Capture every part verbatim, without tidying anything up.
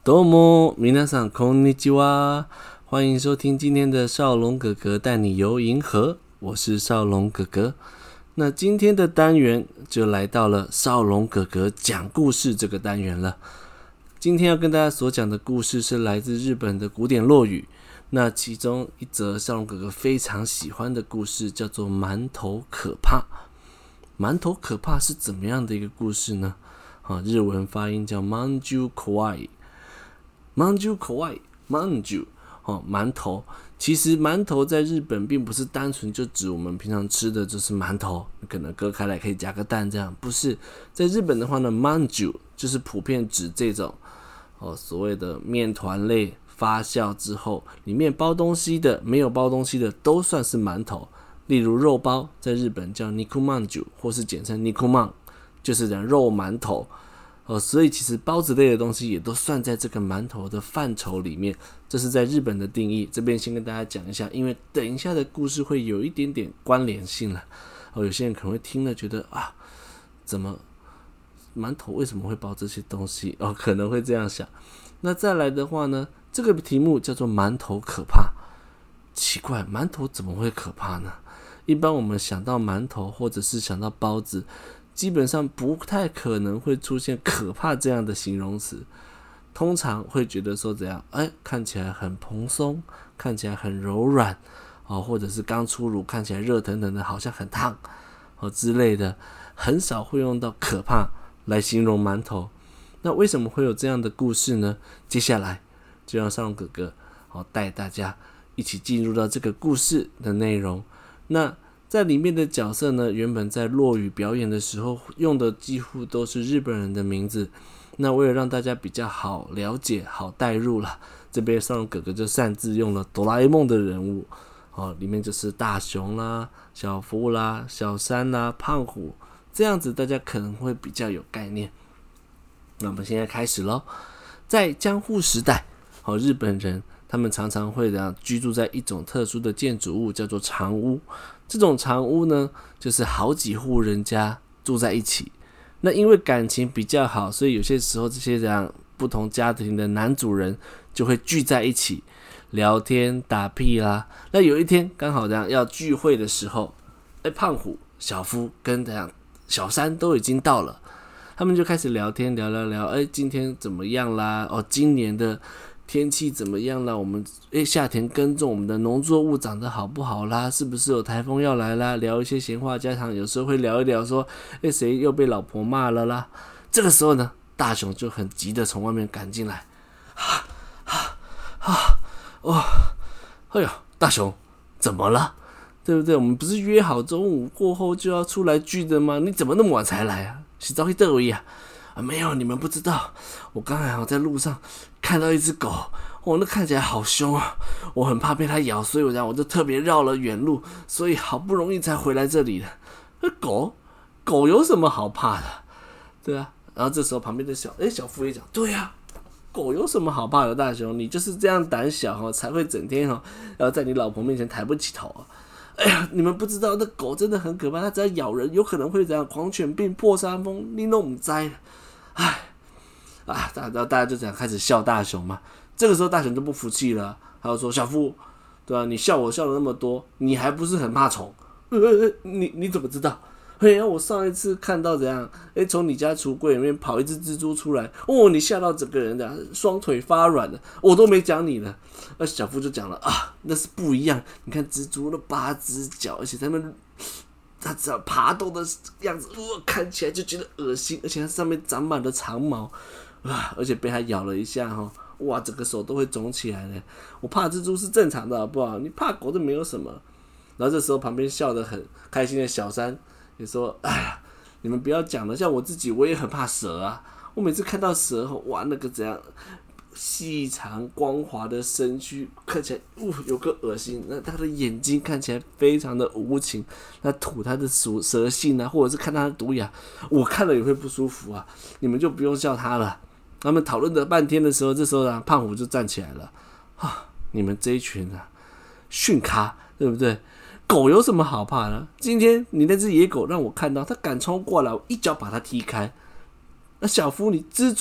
どうも皆さんこんにちは，欢迎收听今天的少龙哥哥带你游银河，我是少龙哥哥。那今天的单元就来到了少龙哥哥讲故事这个单元了。今天要跟大家所讲的故事是来自日本的古典落语，那其中一则少龙哥哥非常喜欢的故事叫做馒头可怕。馒头可怕是怎么样的一个故事呢？啊、日文发音叫 manju kawaii manju kawaii manju 哦，馒头。其实馒头在日本并不是单纯就指我们平常吃的就是馒头，可能割开来可以加个蛋这样，不是。在日本的话呢 manju 就是普遍指这种哦所谓的面团类发酵之后里面包东西的没有包东西的都算是馒头。例如肉包在日本叫 nikumanju 或是简称 nikuman， 就是讲肉馒头。哦，所以其实包子类的东西也都算在这个馒头的范畴里面，这是在日本的定义。这边先跟大家讲一下，因为等一下的故事会有一点点关联性了。哦，有些人可能会听了觉得啊，怎么馒头为什么会包这些东西？哦，可能会这样想。那再来的话呢，这个题目叫做馒头可怕。奇怪，馒头怎么会可怕呢？一般我们想到馒头或者是想到包子，基本上不太可能会出现可怕这样的形容词，通常会觉得说怎样，哎，看起来很蓬松，看起来很柔软，哦，或者是刚出炉，看起来热腾腾的，好像很烫，哦之类的，很少会用到可怕来形容馒头。那为什么会有这样的故事呢？接下来就让少龙哥哥哦带大家一起进入到这个故事的内容。那在里面的角色呢，原本在落语表演的时候用的几乎都是日本人的名字。那为了让大家比较好了解、好带入啦，这边少龙哥哥就擅自用了哆啦 A 梦的人物，哦，里面就是大雄啦、小夫啦、小山啦、胖虎，这样子大家可能会比较有概念。那我们现在开始咯。在江户时代，哦，日本人他们常常会居住在一种特殊的建筑物，叫做长屋。这种长屋呢，就是好几户人家住在一起。那因为感情比较好，所以有些时候这些这样不同家庭的男主人就会聚在一起聊天打屁啦。那有一天刚好这样要聚会的时候，哎，胖虎、小夫跟这样小山都已经到了，他们就开始聊天，聊聊聊，哎，今天怎么样啦？哦，今年的天气怎么样啦？我们诶夏天耕种，我们的农作物长得好不好啦？是不是有台风要来啦？聊一些闲话家常，有时候会聊一聊说，诶谁又被老婆骂了啦？这个时候呢，大雄就很急的从外面赶进来，啊啊啊！哦，哎呦，大雄怎么了？对不对？我们不是约好中午过后就要出来聚的吗？你怎么那么晚才来啊？是早去倒位啊？啊，没有，你们不知道，我刚才在路上看到一只狗，哦，那看起来好凶啊，我很怕被它咬，所以我我就特别绕了远路，所以好不容易才回来这里的。那狗，狗有什么好怕的？对啊，然后这时候旁边的小哎小夫也讲，对啊，狗有什么好怕的？大雄，你就是这样胆小哦，才会整天哦，然后在你老婆面前抬不起头啊。哎呀，你们不知道，那狗真的很可怕，它只要咬人，有可能会怎样？狂犬病、破伤风，你都不知道。唉，啊，大家大家就这样开始笑大雄嘛。这个时候大雄就不服气了，他就说：“小夫，对吧、啊？你笑我笑了那么多，你还不是很怕虫？呃，你你怎么知道？哎呀，我上一次看到怎样？哎，从你家橱柜里面跑一只蜘蛛出来，哦，你吓到整个人的双腿发软了，我都没讲你呢。那小夫就讲了啊，那是不一样。你看蜘蛛的八只脚，而且他们。”它只要爬动的样子，呃，看起来就觉得恶心，而且它上面长满了长毛，啊，而且被它咬了一下哈，哇，整个手都会肿起来了。我怕蜘蛛是正常的，好不好？你怕狗就没有什么。然后这时候旁边笑得很开心的小三也说：“哎呀，你们不要讲了，像我自己我也很怕蛇啊，我每次看到蛇后，哇，那个怎样？”细长光滑的身躯看起来，呜、呃，有个恶心。那他的眼睛看起来非常的无情，那吐他的蛇信啊，或者是看他的毒牙，我看了也会不舒服啊。你们就不用笑他了。他们讨论了半天的时候，这时候啊，胖虎就站起来了。啊，你们这一群啊，训咖，对不对？狗有什么好怕的？今天你那只野狗让我看到，它敢冲过来，我一脚把它踢开。那小夫，你蜘蛛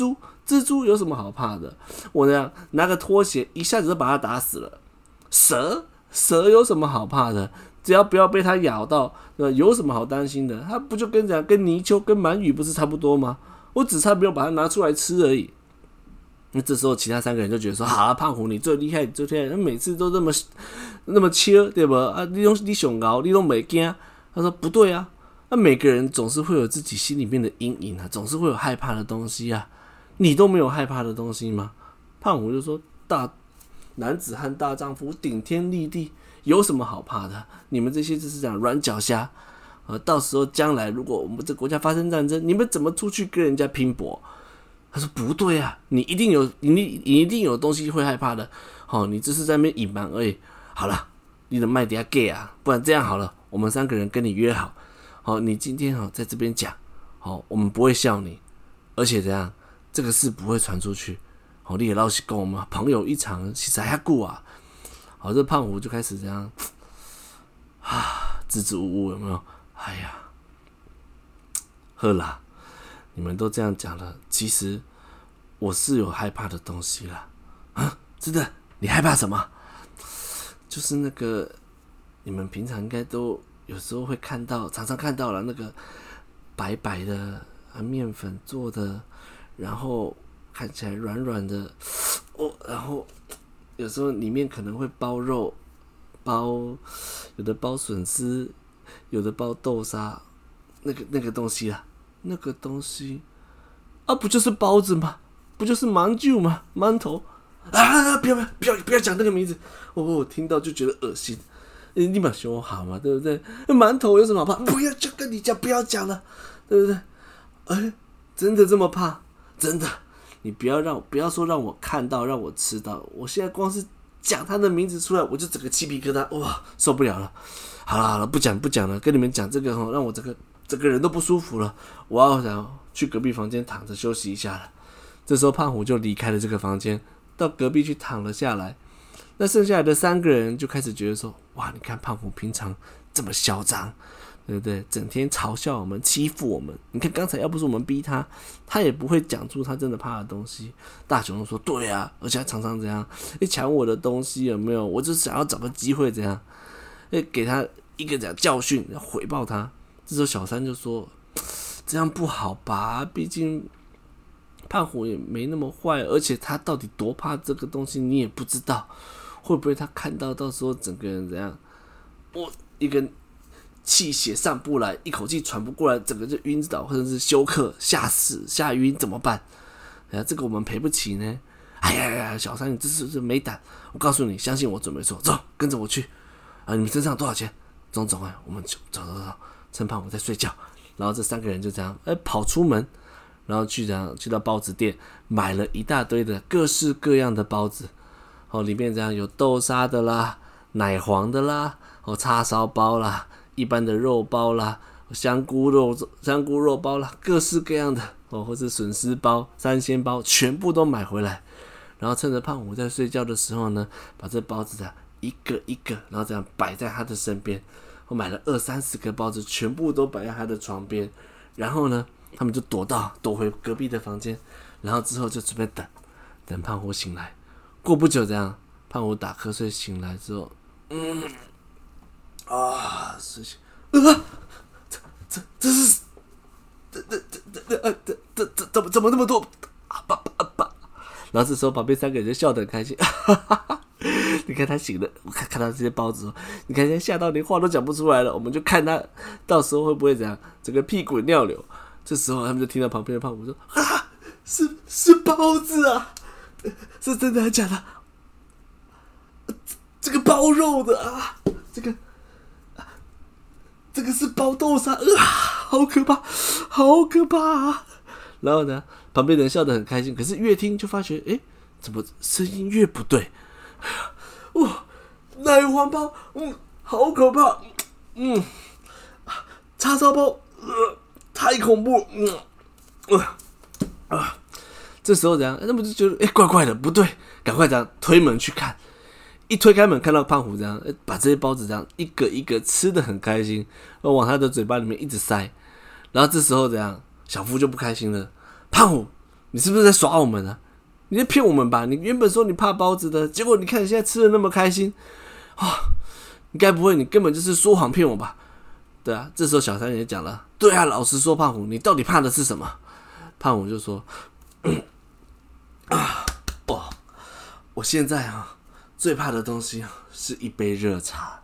蜘蛛有什么好怕的？我这样拿个拖鞋一下子就把它打死了。蛇，蛇有什么好怕的？只要不要被它咬到，有什么好担心的？它不就跟讲跟泥鳅、跟鳗鱼不是差不多吗？我只差没有把它拿出来吃而已。那这时候其他三个人就觉得说：好啊，胖虎你最厉害，你最厉害，每次都那么那么切，对吧？啊，你你上高，你都没惊。他说不对啊，那、啊、每个人总是会有自己心里面的阴影啊，总是会有害怕的东西啊。你都没有害怕的东西吗？胖虎就说：大男子汉大丈夫，顶天立地，有什么好怕的？你们这些就是讲软脚虾。呃，到时候将来如果我们这国家发生战争，你们怎么出去跟人家拼搏？他说不对啊，你一定有你你一定有东西会害怕的。好、哦，你只是在那边隐瞒而已。好了，你的麦底下 gay 啊，不然这样好了，我们三个人跟你约好，好、哦，你今天好在这边讲，好、哦，我们不会笑你，而且怎样，这个事不会传出去。好、哦，你也老实跟我们朋友一场，是在遐久啊。好，这胖虎就开始这样啊，支支吾吾有没有？哎呀，好啦。你们都这样讲了，其实我是有害怕的东西啦。啊，真的？你害怕什么？就是那个你们平常应该都有时候会看到，常常看到了那个白白的啊面粉做的，然后看起来软软的，哦，然后有时候里面可能会包肉，包有的包笋丝，有的包豆沙，那个那个东西啦。那个东西啊，不就是包子吗？不就是饅头吗？馒头啊！不要不要不要不要讲那个名字，我、哦、我听到就觉得恶心。你把凶好嘛，对不对？馒头有什么好怕？不要就跟你讲，不要讲了，对不对？哎，真的这么怕？真的，你不要让不要说让我看到，让我吃到。我现在光是讲他的名字出来，我就整个鸡皮疙瘩，哇，受不了了。好了好了，不讲不讲了，跟你们讲这个让我这个。整个人都不舒服了，我要想去隔壁房间躺着休息一下了。这时候胖虎就离开了这个房间，到隔壁去躺了下来。那剩下来的三个人就开始觉得说：哇，你看胖虎平常这么嚣张，对不对？整天嘲笑我们，欺负我们。你看刚才要不是我们逼他，他也不会讲出他真的怕的东西。大雄说：对啊，而且他常常怎样，你抢我的东西有没有？我就想要找个机会怎样，给他一个这样教训，要回报他。这时候小三就说：这样不好吧，毕竟胖虎也没那么坏，而且他到底多怕这个东西你也不知道，会不会他看到到时候整个人怎样，我一个气血上不来，一口气喘不过来，整个就晕倒或者是休克吓死吓晕怎么办？哎呀，这个我们赔不起呢。哎呀呀，小三你这是没胆，我告诉你，相信我准没错，走，跟着我去啊！你们身上多少钱？总总啊，我们走走走。趁胖虎在睡觉，然后这三个人就这样，哎、欸，跑出门，然后去这样去到包子店，买了一大堆的各式各样的包子，哦，里面这样有豆沙的啦，奶黄的啦，哦，叉烧包啦，一般的肉包啦，香菇肉香菇肉包啦，各式各样的哦，或是笋丝包、三鲜包，全部都买回来，然后趁着胖虎在睡觉的时候呢，把这包子啊一个一个，然后这样摆在他的身边。我买了二三十个包子，全部都摆在他的床边，然后呢，他们就躲到躲回隔壁的房间，然后之后就准备等，等胖虎醒来。过不久，这样胖虎打瞌睡醒来之后，嗯，啊，睡醒，啊，这这这是，这这这这这这这怎么怎么那么多？啊爸爸爸！然后这时候旁边三个人就笑得很开心，哈哈哈。你看他醒了，我看看到这些包子，你看他吓到连话都讲不出来了。我们就看他到时候会不会怎样，整个屁滚尿流。这时候他们就听到旁边的胖虎说：“啊，是是包子啊，是真的还是假的？这个包肉的啊，这个这个是包豆沙，啊，好可怕，好可怕啊！”然后呢，旁边的人笑得很开心，可是越听就发觉，哎，怎么声音越不对？哇，奶黄包，嗯，好可怕，嗯，叉烧包，呃，太恐怖，嗯，呃，啊，这时候怎样？那么就觉得哎、欸，怪怪的，不对，赶快这样推门去看。一推开门，看到胖虎这样，把这些包子这样一个一个吃得很开心，往他的嘴巴里面一直塞。然后这时候怎样？小夫就不开心了，胖虎， 你是不是在耍我们啊？你在骗我们吧？你原本说你怕包子的，结果你看你现在吃的那么开心啊！你该不会你根本就是说谎骗我吧？对啊，这时候小三也讲了，对啊，老实说，胖虎，你到底怕的是什么？胖虎就说，啊，哦，我现在啊最怕的东西是一杯热茶。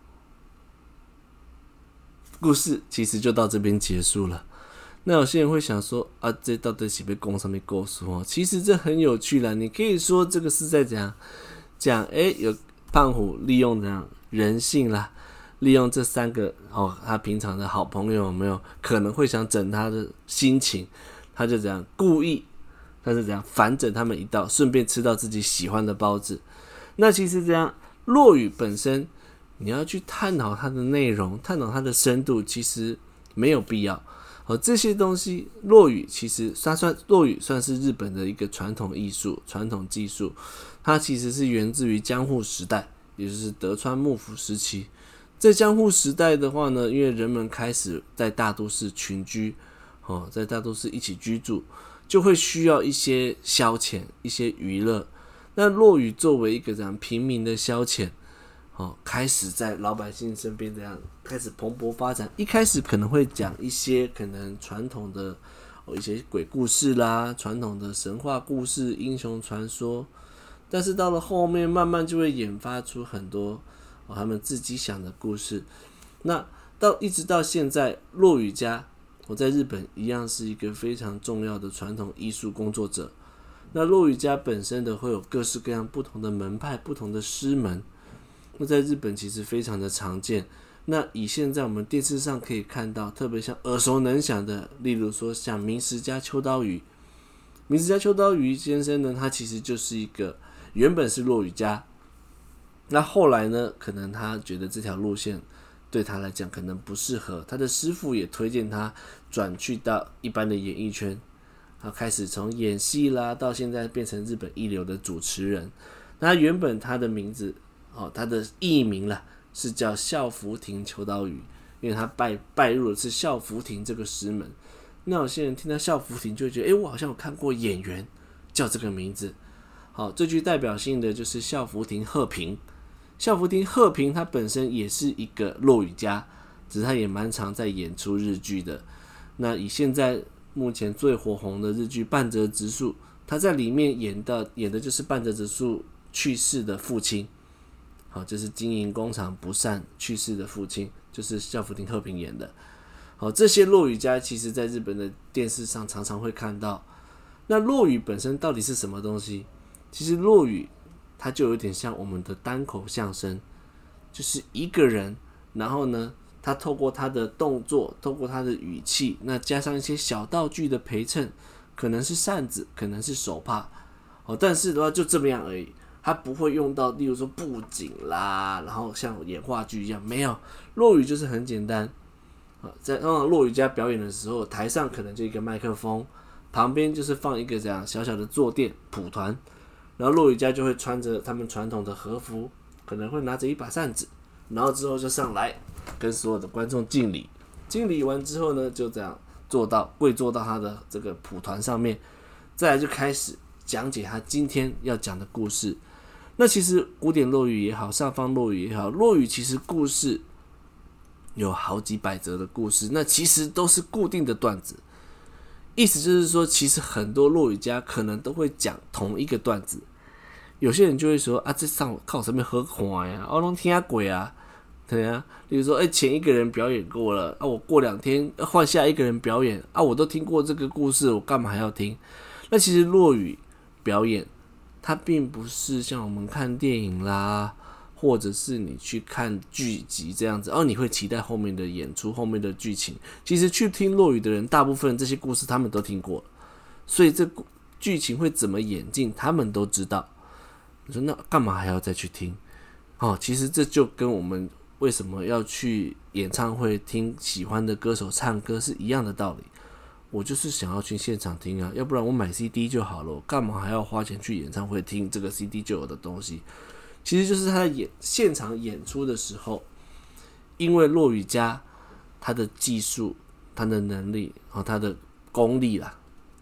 故事其实就到这边结束了。那有些人会想说啊，这到底是被攻上面故事哦？其实这很有趣啦，你可以说这个是在讲讲，哎，有胖虎利用这样人性啦，利用这三个哦，他平常的好朋友有没有可能会想整他的心情，他就这样故意，他是这样反整他们一道，顺便吃到自己喜欢的包子。那其实这样落语本身，你要去探讨它的内容，探讨它的深度，其实没有必要。哦，这些东西，落语其实它算落语算是日本的一个传统艺术、传统技术，它其实是源自于江户时代，也就是德川幕府时期。在江户时代的话呢，因为人们开始在大都市群居，哦，在大都市一起居住，就会需要一些消遣、一些娱乐。那落语作为一个这样平民的消遣。哦，开始在老百姓身边这样开始蓬勃发展。一开始可能会讲一些可能传统的、哦、一些鬼故事啦，传统的神话故事、英雄传说，但是到了后面，慢慢就会演发出很多、哦、他们自己想的故事。那到一直到现在，落语家，我在日本一样是一个非常重要的传统艺术工作者。那落语家本身的会有各式各样不同的门派、不同的师门。那在日本其实非常的常见。那以现在我们电视上可以看到，特别像耳熟能详的，例如说像明石家秋刀鱼。明石家秋刀鱼先生呢，他其实就是一个原本是落语家，那后来呢，可能他觉得这条路线对他来讲可能不适合，他的师傅也推荐他转去到一般的演艺圈，他开始从演戏啦，到现在变成日本一流的主持人。那原本他的名字哦，他的艺名啦是叫孝福亭秋刀鱼，因为他 拜, 拜入的是孝福亭这个师门。那有些人听到孝福亭就会觉得，哎，我好像有看过演员叫这个名字。好，最具代表性的就是孝福亭鹤平。孝福亭鹤平他本身也是一个落语家，只是他也蛮常在演出日剧的。那以现在目前最火红的日剧半泽直树，他在里面演的演的就是半泽直树去世的父亲。好，就是经营工厂不善去世的父亲，就是孝福亭鹤平演的。好，这些落语家其实在日本的电视上常常会看到。那落语本身到底是什么东西？其实落语它就有点像我们的单口相声，就是一个人，然后呢，他透过他的动作，透过他的语气，那加上一些小道具的陪衬，可能是扇子，可能是手帕，哦，但是的话就这么样而已。他不会用到，例如说布景啦，然后像演话剧一样，没有。落语就是很简单，在让落语家表演的时候，台上可能就一个麦克风，旁边就是放一个这样小小的坐垫蒲团，然后落语家就会穿着他们传统的和服，可能会拿着一把扇子，然后之后就上来跟所有的观众敬礼，敬礼完之后呢，就这样坐到跪坐到他的这个蒲团上面，再来就开始讲解他今天要讲的故事。那其实古典落语也好，上方落语也好，落语其实故事有好几百则的故事，那其实都是固定的段子。意思就是说，其实很多落语家可能都会讲同一个段子。有些人就会说啊，这上靠什么好看呀？我都听过啊，对啊。比如说，哎，前一个人表演过了啊，我过两天换下一个人表演啊，我都听过这个故事，我干嘛还要听？那其实落语表演，它并不是像我们看电影啦，或者是你去看剧集这样子，哦，你会期待后面的演出、后面的剧情。其实去听落语的人，大部分这些故事他们都听过了，所以这剧情会怎么演进，他们都知道。你说那干嘛还要再去听？哦，其实这就跟我们为什么要去演唱会听喜欢的歌手唱歌是一样的道理。我就是想要去现场听啊，要不然我买 C D 就好了，我干嘛还要花钱去演唱会听这个 C D 就有的东西？其实就是他在演现场演出的时候，因为落语家他的技术、他的能力和他的功力啦，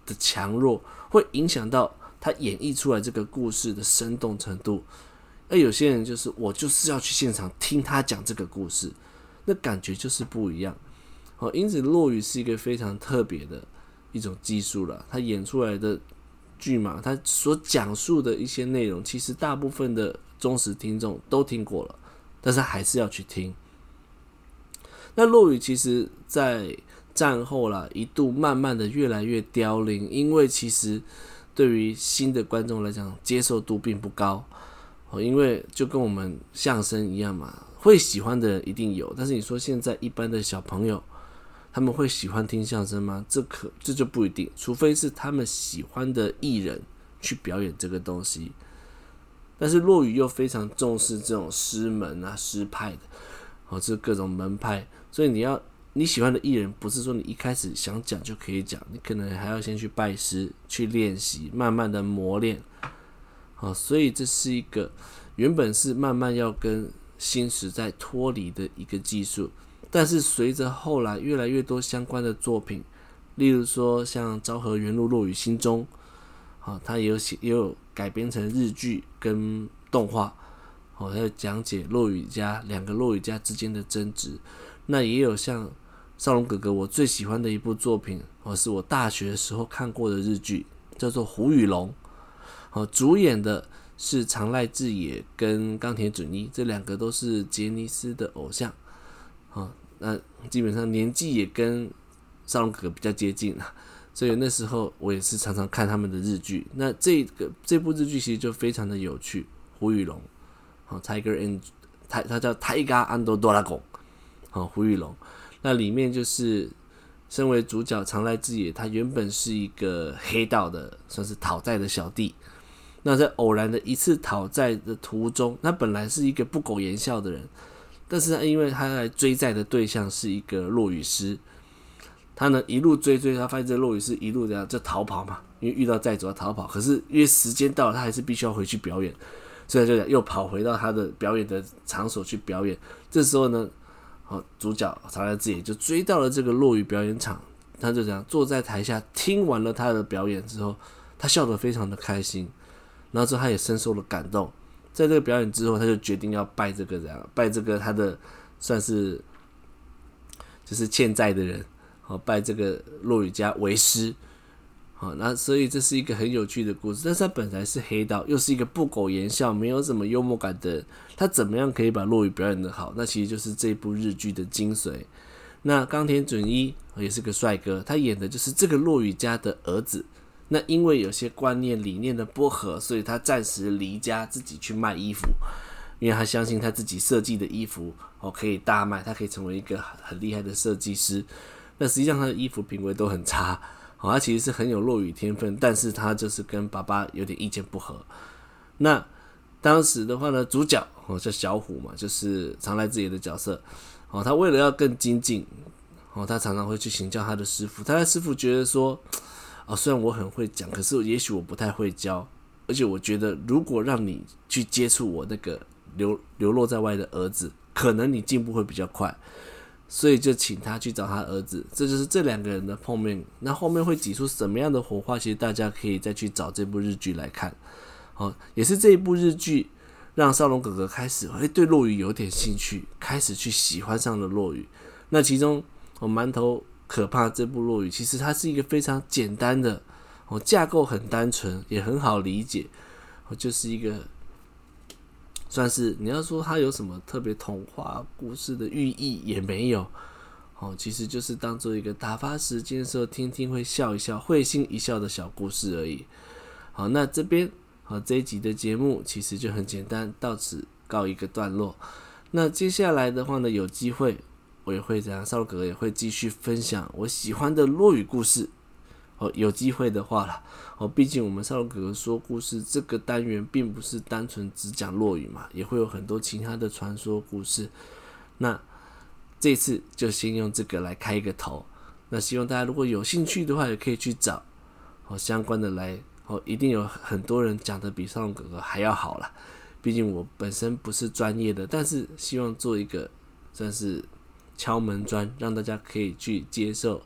的强弱，会影响到他演绎出来这个故事的生动程度。而有些人就是我就是要去现场听他讲这个故事，那感觉就是不一样。哦，因此落语是一个非常特别的一种技术了，他演出来的剧嘛，他所讲述的一些内容，其实大部分的忠实听众都听过了，但是还是要去听。那落语其实在战后啦，一度慢慢的越来越凋零，因为其实对于新的观众来讲，接受度并不高。因为就跟我们相声一样嘛，会喜欢的人一定有，但是你说现在一般的小朋友，他们会喜欢听相声吗？这可这就不一定，除非是他们喜欢的艺人去表演这个东西。但是落语又非常重视这种师门啊、师派的，哦，这各种门派，所以你要你喜欢的艺人，不是说你一开始想讲就可以讲，你可能还要先去拜师、去练习，慢慢的磨练。哦，所以这是一个原本是慢慢要跟新时代脱离的一个技术，但是随着后来越来越多相关的作品，例如说像昭和元禄落语心中，哦，它也有写也有改编成日剧跟动画，哦，它有讲解落语家两个落语家之间的争执。那也有像少龙哥哥我最喜欢的一部作品，哦，是我大学的时候看过的日剧，叫做《虎与龙》。哦，主演的是长濑智也跟冈田准一，这两个都是杰尼斯的偶像。哦，那基本上年纪也跟少龙哥哥比较接近了，所以那时候我也是常常看他们的日剧。那这个这部日剧其实就非常的有趣，虎与龙，哦 ，Tiger and 它它叫 Tiger and Dragon， 哦，虎与龙。那里面就是身为主角长濑智也，他原本是一个黑道的，算是讨债的小弟。那在偶然的一次讨债的途中，他本来是一个不苟言笑的人，但是因为他来追债的对象是一个落语师，他呢一路追追，他发现这个落语师一路这样就逃跑嘛，因为遇到债主要逃跑，可是因为时间到了，他还是必须要回去表演，所以就又跑回到他的表演的场所去表演。这时候呢，哦，主角长濑智也就追到了这个落语表演场，他就这样坐在台下听完了他的表演之后，他笑得非常的开心。然后之后他也深受了感动，在这个表演之后，他就决定要拜这个这样，拜这个他的算是就是欠债的人，好，拜这个落语家为师，好，那所以这是一个很有趣的故事。但是他本来是黑道，又是一个不苟言笑、没有什么幽默感的人，他怎么样可以把落语表演得好？那其实就是这部日剧的精髓。那冈田准一也是个帅哥，他演的就是这个落语家的儿子。那因为有些观念理念的不合，所以他暂时离家自己去卖衣服，因为他相信他自己设计的衣服哦可以大卖，他可以成为一个很厉害的设计师。那实际上他的衣服品味都很差，哦，他其实是很有落语天分，但是他就是跟爸爸有点意见不合。那当时的话呢，主角哦叫小虎嘛，就是长濑智也的角色哦，他为了要更精进哦，他常常会去请教他的师傅，他的师傅觉得说。哦，虽然我很会讲，可是也许我不太会教，而且我觉得如果让你去接触我那个流流落在外的儿子，可能你进步会比较快，所以就请他去找他儿子，这就是这两个人的碰面。那后面会挤出什么样的火花，其实大家可以再去找这部日剧来看。哦，也是这一部日剧让少龙哥哥开始会对落语有点兴趣，开始去喜欢上了落语。那其中我馒头可怕这部落语，其实它是一个非常简单的，哦，架构很单纯，也很好理解，哦，就是一个算是你要说它有什么特别童话故事的寓意也没有，哦，其实就是当做一个打发时间的时候听听会笑一笑、会心一笑的小故事而已。好，那这边好这一集的节目其实就很简单，到此告一个段落。那接下来的话呢，有机会。我也会这样，少龙哥哥也会继续分享我喜欢的落语故事。哦，有机会的话啦，哦，毕竟我们少龙哥哥说故事这个单元并不是单纯只讲落语嘛，也会有很多其他的传说故事。那这次就先用这个来开一个头。那希望大家如果有兴趣的话，也可以去找哦相关的来哦，一定有很多人讲的比少龙哥哥还要好啦。毕竟我本身不是专业的，但是希望做一个算是敲门砖，让大家可以去接受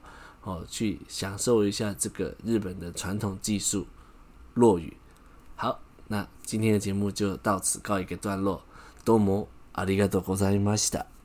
哦，去享受一下这个日本的传统技术落语。好，那今天的节目就到此告一个段落。どうもありがとうございました。